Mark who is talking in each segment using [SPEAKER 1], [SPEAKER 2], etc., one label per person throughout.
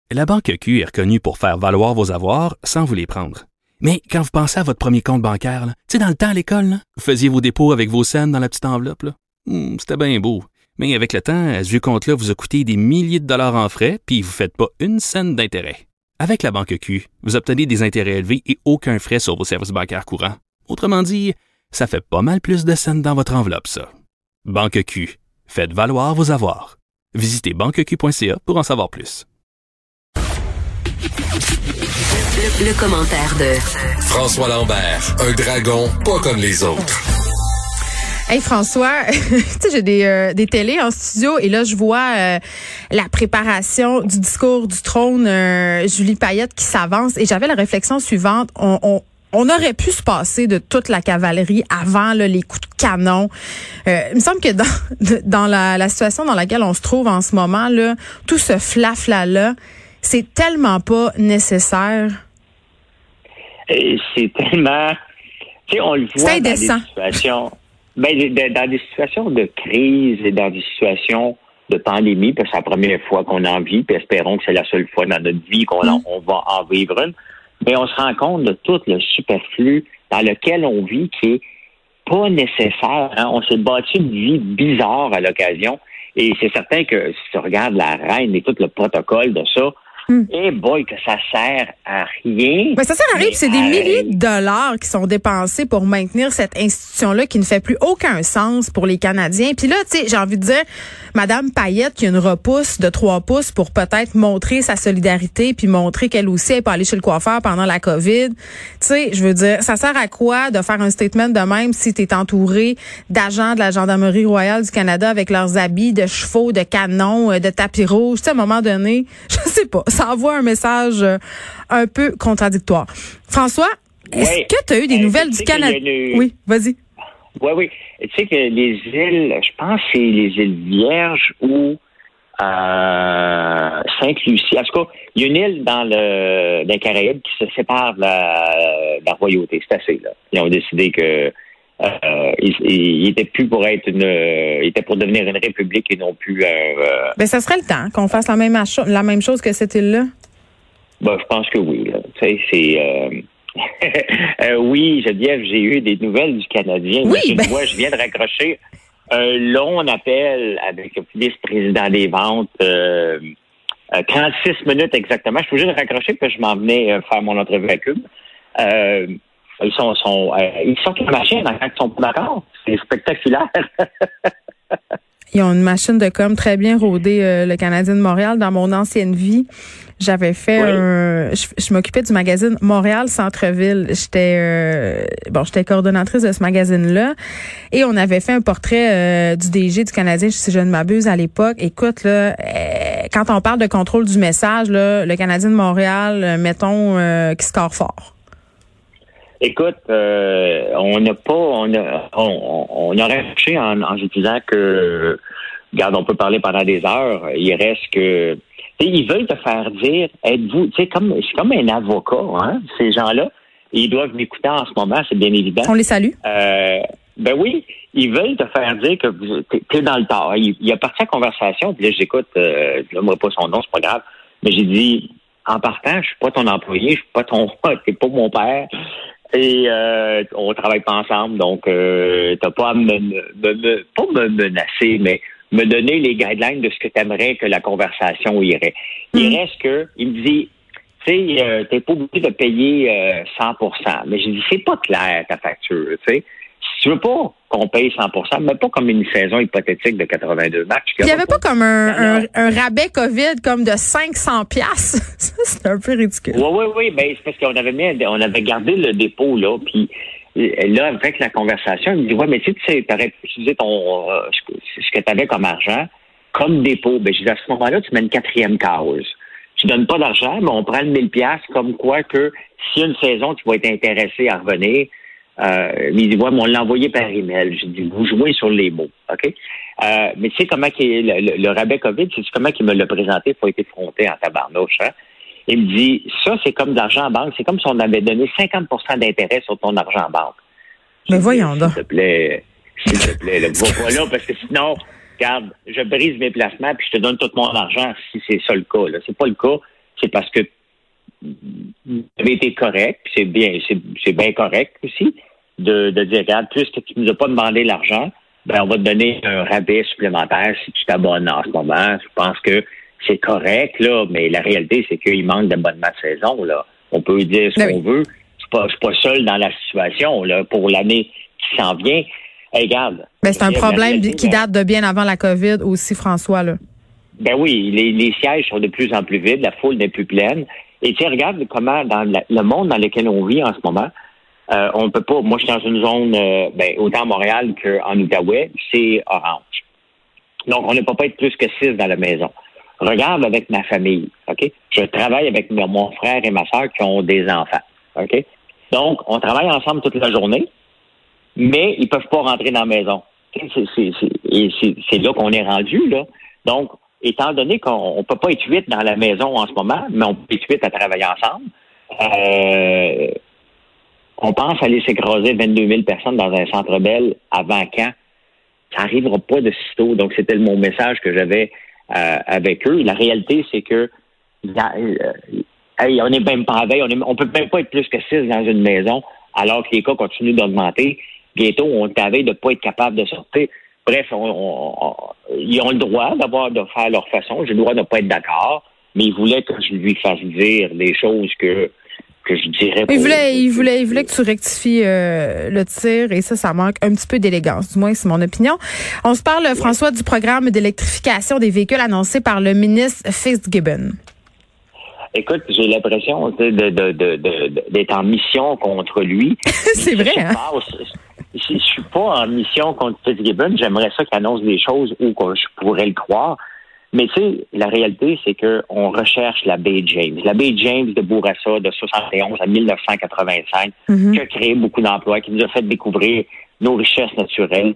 [SPEAKER 1] La Banque Q est reconnue pour faire valoir vos avoirs sans vous les prendre. Mais quand vous pensez à votre premier compte bancaire, tu sais, dans le temps à l'école, là, vous faisiez vos dépôts avec vos scènes dans la petite enveloppe. Là. C'était bien beau. Mais avec le temps, ce vieux compte-là vous a coûté des milliers de dollars en frais, puis vous ne faites pas une scène d'intérêt. Avec la Banque Q, vous obtenez des intérêts élevés et aucun frais sur vos services bancaires courants. Autrement dit, ça fait pas mal plus de scènes dans votre enveloppe, ça. Banque Q. Faites valoir vos avoirs. Visitez banqueq.ca pour en savoir plus.
[SPEAKER 2] Le commentaire de
[SPEAKER 3] François Lambert, un dragon pas comme les autres.
[SPEAKER 4] Hey François, tu sais, j'ai des télés en studio et là je vois la préparation du discours du trône, Julie Payette qui s'avance et j'avais la réflexion suivante. On aurait pu se passer de toute la cavalerie avant là, les coups de canon. Il me semble que dans la situation dans laquelle on se trouve en ce moment, là, tout ce flafla-là, c'est tellement pas nécessaire.
[SPEAKER 5] C'est tellement... Tu sais, on le voit dans des situations... dans des situations de crise et dans des situations de pandémie, parce que c'est la première fois qu'on en vit, puis espérons que c'est la seule fois dans notre vie qu'on on va en vivre une. Mais on se rend compte de tout le superflu dans lequel on vit qui est pas nécessaire. Hein? On s'est bâti une vie bizarre à l'occasion. Et c'est certain que si tu regardes la reine et tout le protocole de ça, eh boy, que ça sert à rien.
[SPEAKER 4] Mais ça sert à rien, c'est des milliers de dollars qui sont dépensés pour maintenir cette institution-là qui ne fait plus aucun sens pour les Canadiens. Puis là, tu sais, j'ai envie de dire, Madame Payette qui a une repousse de 3 pouces pour peut-être montrer sa solidarité puis montrer qu'elle aussi elle peut aller chez le coiffeur pendant la COVID. Tu sais, je veux dire, ça sert à quoi de faire un statement de même si tu es entouré d'agents de la Gendarmerie royale du Canada avec leurs habits de chevaux, de canons, de tapis rouges. Tu sais, à un moment donné, je sais pas, ça envoie un message un peu contradictoire. François, est-ce que tu as eu des nouvelles du Canada? Oui, vas-y.
[SPEAKER 5] Oui. Tu sais que les îles, je pense que c'est les îles Vierges ou Sainte-Lucie. En tout cas, il y a une île dans les Caraïbes qui se sépare de la royauté. C'est assez, là. Ils ont décidé que il était plus pour être il était pour devenir une république et non plus
[SPEAKER 4] Ben ça serait le temps qu'on fasse la même chose que cette île-là.
[SPEAKER 5] Ben, je pense que oui. Là. Tu sais, c'est oui, Geneviève, j'ai eu des nouvelles du Canadien.
[SPEAKER 4] Oui,
[SPEAKER 5] Moi, je viens de raccrocher un long appel avec le vice-président des ventes. 36 minutes exactement. Je suis obligé de raccrocher parce que je m'en venais faire mon entrevue avec eux. Ils sortent la machine quand ils sont pas d'accord. C'est spectaculaire.
[SPEAKER 4] Ils ont une machine de com très bien rodée, le Canadien de Montréal. Dans mon ancienne vie, j'avais fait je m'occupais du magazine Montréal Centre-Ville. J'étais coordonnatrice de ce magazine-là. Et on avait fait un portrait du DG du Canadien, si je ne m'abuse, à l'époque. Écoute, là, quand on parle de contrôle du message, là, le Canadien de Montréal, mettons, qui score fort.
[SPEAKER 5] Écoute, on a réfléchi en utilisant que, regarde, on peut parler pendant des heures. Il reste que, ils veulent te faire dire, êtes-vous, c'est comme un avocat, hein, ces gens-là. Ils doivent m'écouter en ce moment, c'est bien évident.
[SPEAKER 4] On les salue.
[SPEAKER 5] Ben oui, ils veulent te faire dire que t'es dans le tort. Il a parti à la conversation, puis là, j'écoute, je n'aimerais pas son nom, c'est pas grave, mais j'ai dit, en partant, je suis pas ton employé, je suis pas t'es pas mon père. Et on travaille pas ensemble, donc t'as pas à pas me menacer, mais me donner les guidelines de ce que t'aimerais que la conversation irait. Il reste que, il me dit, tu sais, t'es pas obligé de payer 100%. Mais j'ai dit, c'est pas clair ta facture, tu sais. Si tu veux pas qu'on paye 100%, mais pas comme une saison hypothétique de 82 matchs.
[SPEAKER 4] Il n'y avait pas comme un rabais COVID comme de 500$. Ça, c'est un peu ridicule.
[SPEAKER 5] Oui. Ben, c'est parce qu'on avait gardé le dépôt, là, puis là, avec la conversation, il me dit, ouais, mais tu sais, t'aurais pu utiliser ce que t'avais comme argent comme dépôt. Ben, j'ai dit, à ce moment-là, tu mets une 4e case. Tu donnes pas d'argent, mais on prend le 1000$ comme quoi que si une saison, tu vas être intéressé à revenir. Il dit, ouais, mais on l'a envoyé par email. J'ai dit, vous jouez sur les mots, OK? Mais tu sais comment le rabais COVID, c'est comment qu'il me l'a présenté, il faut être effronté en tabarnouche, hein? Il me dit, ça, c'est comme de l'argent en banque. C'est comme si on avait donné 50% d'intérêt sur ton argent en banque.
[SPEAKER 4] Mais voyons donc.
[SPEAKER 5] S'il te plaît, là, voilà, parce que sinon, regarde, je brise mes placements puis je te donne tout mon argent si c'est ça le cas, là. C'est pas le cas. c'est parce que vous avez été correct, puis c'est bien correct aussi, de dire, regarde, puisque tu nous as pas demandé l'argent, ben on va te donner un rabais supplémentaire si tu t'abonnes en ce moment. Je pense que c'est correct, là, mais la réalité, c'est qu'il manque d'abonnement de saison, là. On peut dire ce qu'on veut. Je suis pas seul dans la situation, là, pour l'année qui s'en vient. Hey, regarde.
[SPEAKER 4] Ben, c'est un problème qui date de bien avant la COVID aussi, François, là.
[SPEAKER 5] Ben oui, les sièges sont de plus en plus vides, la foule n'est plus pleine. Et tu sais, regarde comment dans le monde dans lequel on vit en ce moment, on peut pas. Moi, je suis dans une zone, autant à Montréal qu'en Outaouais, c'est orange. Donc, on ne peut pas être plus que 6 dans la maison. Regarde avec ma famille, OK? Je travaille avec mon frère et ma soeur qui ont des enfants, OK? Donc, on travaille ensemble toute la journée, mais ils peuvent pas rentrer dans la maison. C'est là qu'on est rendu, là. Donc, étant donné qu'on peut pas être 8 dans la maison en ce moment, mais on peut être 8 à travailler ensemble, on pense aller s'écraser 22 000 personnes dans un centre Bell avant quand? Ça n'arrivera pas de sitôt. Donc, c'était mon message que j'avais avec eux. La réalité, c'est que on n'est même pas à veille. On peut même pas être plus que 6 dans une maison alors que les cas continuent d'augmenter. Bientôt, on est à veille de ne pas être capable de sortir. Bref, ils ont le droit de faire leur façon. J'ai le droit de ne pas être d'accord, mais ils voulaient que je lui fasse dire des choses que je dirais pas. Il
[SPEAKER 4] voulait que tu rectifies le tir et ça manque un petit peu d'élégance. Du moins, c'est mon opinion. On se parle, François, du programme d'électrification des véhicules annoncé par le ministre Fitzgibbon.
[SPEAKER 5] Écoute, j'ai l'impression d'être en mission contre lui.
[SPEAKER 4] C'est vrai, hein?
[SPEAKER 5] Je suis pas en mission contre Fitzgibbon. J'aimerais ça qu'il annonce des choses où je pourrais le croire. Mais tu sais, la réalité, c'est qu'on recherche la baie James. La baie James de Bourassa de 71 à 1985, qui a créé beaucoup d'emplois, qui nous a fait découvrir nos richesses naturelles.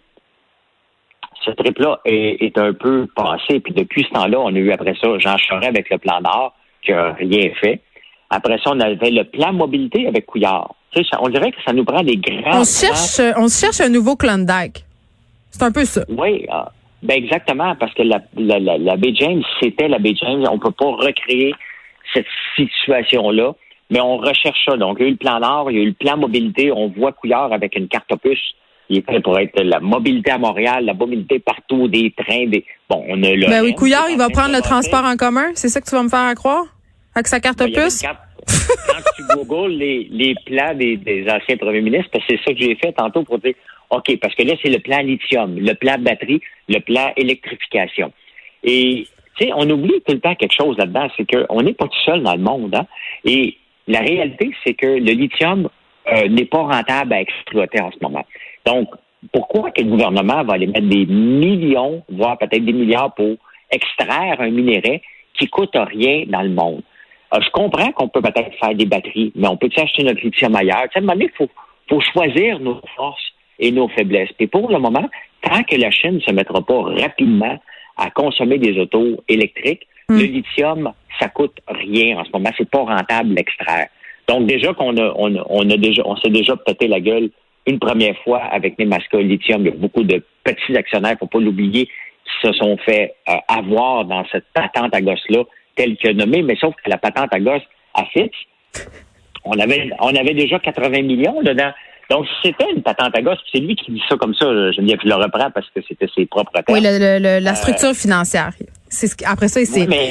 [SPEAKER 5] Ce trip-là est un peu passé. Puis depuis ce temps-là, on a eu après ça Jean Charest avec le plan Nord, qui n'a rien fait. Après ça, on avait le plan mobilité avec Couillard. Tu sais, on dirait que ça nous prend des grands...
[SPEAKER 4] On cherche un nouveau Klondike. C'est un peu ça.
[SPEAKER 5] Oui, exactement, parce que la baie James, c'était la baie James. On peut pas recréer cette situation-là, mais on recherche ça. Donc, il y a eu le plan Nord, il y a eu le plan mobilité. On voit Couillard avec une carte opus. Il est fait pour être la mobilité à Montréal, la mobilité partout, des trains, Bon, on a le...
[SPEAKER 4] Ben oui, Couillard, il va prendre le transport en commun. C'est ça que tu vas me faire croire? Avec sa carte opus?
[SPEAKER 5] Quand tu googles les plans des anciens premiers ministres, parce que c'est ça que j'ai fait tantôt pour dire, OK, parce que là, c'est le plan lithium, le plan batterie, le plan électrification. Et, tu sais, on oublie tout le temps quelque chose là-dedans, c'est qu'on n'est pas tout seul dans le monde, hein. Et la réalité, c'est que le lithium n'est pas rentable à exploiter en ce moment. Donc, pourquoi que le gouvernement va aller mettre des millions, voire peut-être des milliards pour extraire un minerai qui coûte rien dans le monde? Je comprends qu'on peut peut-être faire des batteries, mais on peut acheter notre lithium ailleurs. Tu sais, à un moment donné, il faut choisir nos forces et nos faiblesses. Et pour le moment, tant que la Chine ne se mettra pas rapidement à consommer des autos électriques, le lithium, ça coûte rien en ce moment. C'est pas rentable l'extraire. Donc déjà qu'on s'est déjà pété la gueule une première fois avec Nemaska Lithium. Il y a beaucoup de petits actionnaires, faut pas l'oublier, qui se sont fait avoir dans cette patente à gosse-là, telle que nommée, mais sauf que la patente à gosse à Fitch, on avait déjà 80 millions dedans. Donc, c'était une patente à gosse, c'est lui qui dit ça comme ça. Je le reprends parce que c'était ses propres termes.
[SPEAKER 4] Oui, la structure financière. Après ça,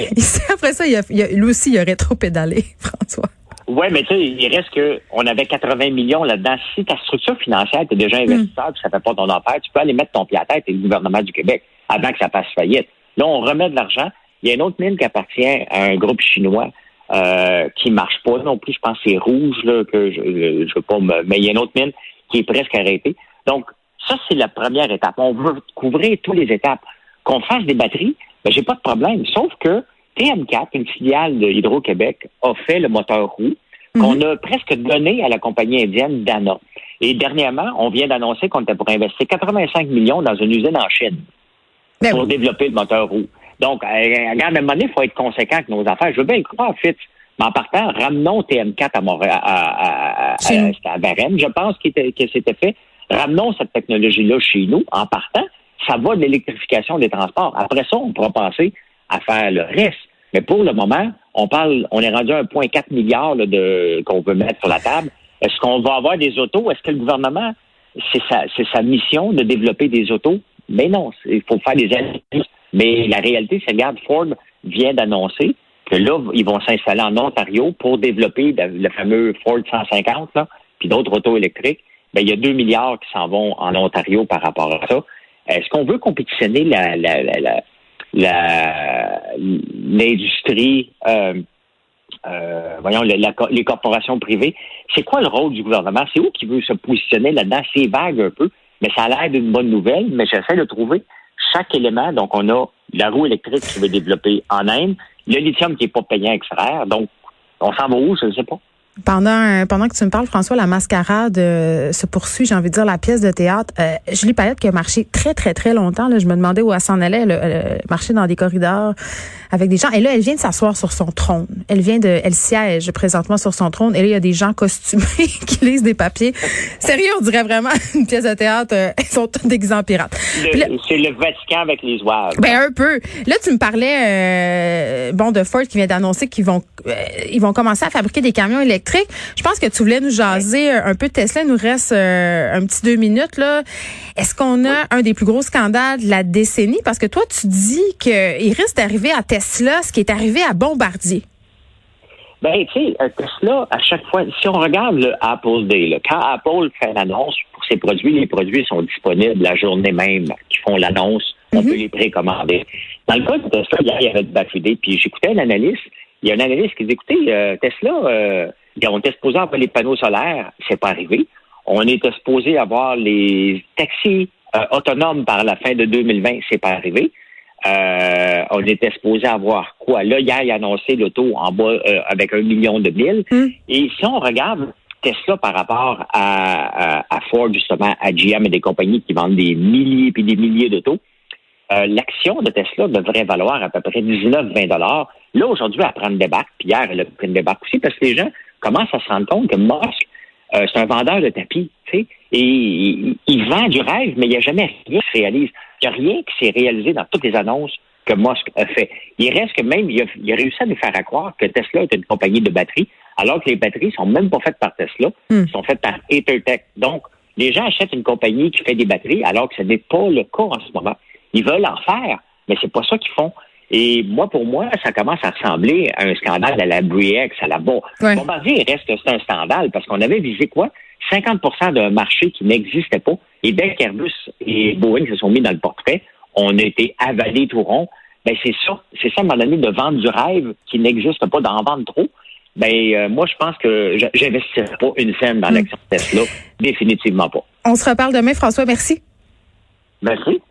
[SPEAKER 4] lui aussi, il a rétro-pédalé, François.
[SPEAKER 5] Oui, mais tu sais, il reste on avait 80 millions là-dedans. Si ta structure financière, tu es déjà investisseur, puis ça fait pas ton affaire, tu peux aller mettre ton pied à tête et le gouvernement du Québec avant que ça passe faillite. Là, on remet de l'argent. Il y a une autre mine qui appartient à un groupe chinois qui marche pas non plus. Je pense que c'est Rouge, là, que je veux pas mais il y a une autre mine qui est presque arrêtée. Donc, ça, c'est la première étape. On veut couvrir toutes les étapes. Qu'on fasse des batteries, ben, j'ai pas de problème. Sauf que TM4, une filiale de Hydro-Québec, a fait le moteur roue qu'on a presque donné à la compagnie indienne Dana. Et dernièrement, on vient d'annoncer qu'on était pour investir 85 millions dans une usine en Chine pour développer le moteur roue. Donc, regarde, à un moment donné, il faut être conséquent avec nos affaires. Je veux bien le croire, Fitz. Mais en partant, ramenons TM4 à Montréal, à Varennes, je pense que c'était fait. Ramenons cette technologie-là chez nous. En partant, ça va de l'électrification des transports. Après ça, on pourra penser à faire le reste. Mais pour le moment, on est rendu à 1,4 milliard là, qu'on veut mettre sur la table. Est-ce qu'on va avoir des autos? Est-ce que le gouvernement, c'est sa mission de développer des autos? Mais non, il faut faire des analyses. Mais la réalité, c'est, regarde, Ford vient d'annoncer que là, ils vont s'installer en Ontario pour développer le fameux Ford 150, là, puis d'autres autos électriques. Ben, il y a 2 milliards qui s'en vont en Ontario par rapport à ça. Est-ce qu'on veut compétitionner l'industrie, les corporations privées? C'est quoi le rôle du gouvernement? C'est où qui veut se positionner là-dedans? C'est vague un peu, mais ça a l'air d'une bonne nouvelle, mais j'essaie de trouver chaque élément. Donc, on a la roue électrique qui va développer en Inde, le lithium qui n'est pas payant à extraire. Donc, on s'en va où? Je ne sais pas.
[SPEAKER 4] Pendant que tu me parles, François, la mascarade se poursuit, j'ai envie de dire, la pièce de théâtre. Julie Payette qui a marché très, très, très longtemps. Là, je me demandais où elle s'en allait. Elle marchait dans des corridors avec des gens. Et là, elle vient de s'asseoir sur son trône. Elle siège présentement sur son trône. Et là, il y a des gens costumés qui lisent des papiers. Sérieux, on dirait vraiment une pièce de théâtre. Ils sont tous déguisés en pirates.
[SPEAKER 5] C'est le Vatican avec les oies.
[SPEAKER 4] Ben, un peu. Là, tu me parlais, de Ford qui vient d'annoncer qu'ils vont commencer à fabriquer des camions électriques. Je pense que tu voulais nous jaser un peu de Tesla. Il nous reste un petit 2 minutes, là. Est-ce qu'on a un des plus gros scandales de la décennie? Parce que toi, tu dis qu'il risque d'arriver à Tesla ce qui est arrivé à Bombardier.
[SPEAKER 5] Ben, tu sais, Tesla, à chaque fois, si on regarde le Apple Day, là, quand Apple fait l'annonce pour ses produits, les produits sont disponibles la journée même qu'ils font l'annonce. On peut les précommander. Dans le cas de Tesla, hier, il y avait de Battery Day, puis j'écoutais un analyste. Il y a un analyste qui dit, écoutez, Tesla, on était supposé avoir les panneaux solaires, c'est pas arrivé. On était supposé avoir les taxis autonomes par la fin de 2020, c'est pas arrivé. On était supposé avoir quoi? Là, hier, il a annoncé l'auto en bas avec 1 million de milles. Et si on regarde Tesla par rapport à Ford, justement, à GM et des compagnies qui vendent des milliers et des milliers d'autos, l'action de Tesla devrait valoir à peu près 19-20 $. Là, aujourd'hui, elle prend une débarque, puis hier, elle a pris une débarque aussi, parce que les gens commencent à se rendre compte que Musk, c'est un vendeur de tapis, tu sais, et il vend du rêve, mais il n'y a jamais rien qui se réalise. Il n'y a rien qui s'est réalisé dans toutes les annonces que Musk a fait. Il reste que même, il a réussi à nous faire croire que Tesla est une compagnie de batteries, alors que les batteries sont même pas faites par Tesla, sont faites par EtherTech. Donc, les gens achètent une compagnie qui fait des batteries, alors que ce n'est pas le cas en ce moment. Ils veulent en faire, mais c'est pas ça qu'ils font. Et pour moi, ça commence à ressembler à un scandale à la Briex, à la Bon.
[SPEAKER 4] Ouais.
[SPEAKER 5] Bombardier reste que c'est un scandale parce qu'on avait visé quoi? 50% d'un marché qui n'existait pas. Et dès qu'Airbus et Boeing se sont mis dans le portrait, on a été avalés tout rond. Ben, c'est ça, à un moment donné, de vendre du rêve qui n'existe pas, d'en vendre trop. Ben, moi, je pense que j'investirais pas une scène dans l'action Tesla. Définitivement pas.
[SPEAKER 4] On se reparle demain, François. Merci.
[SPEAKER 5] Merci.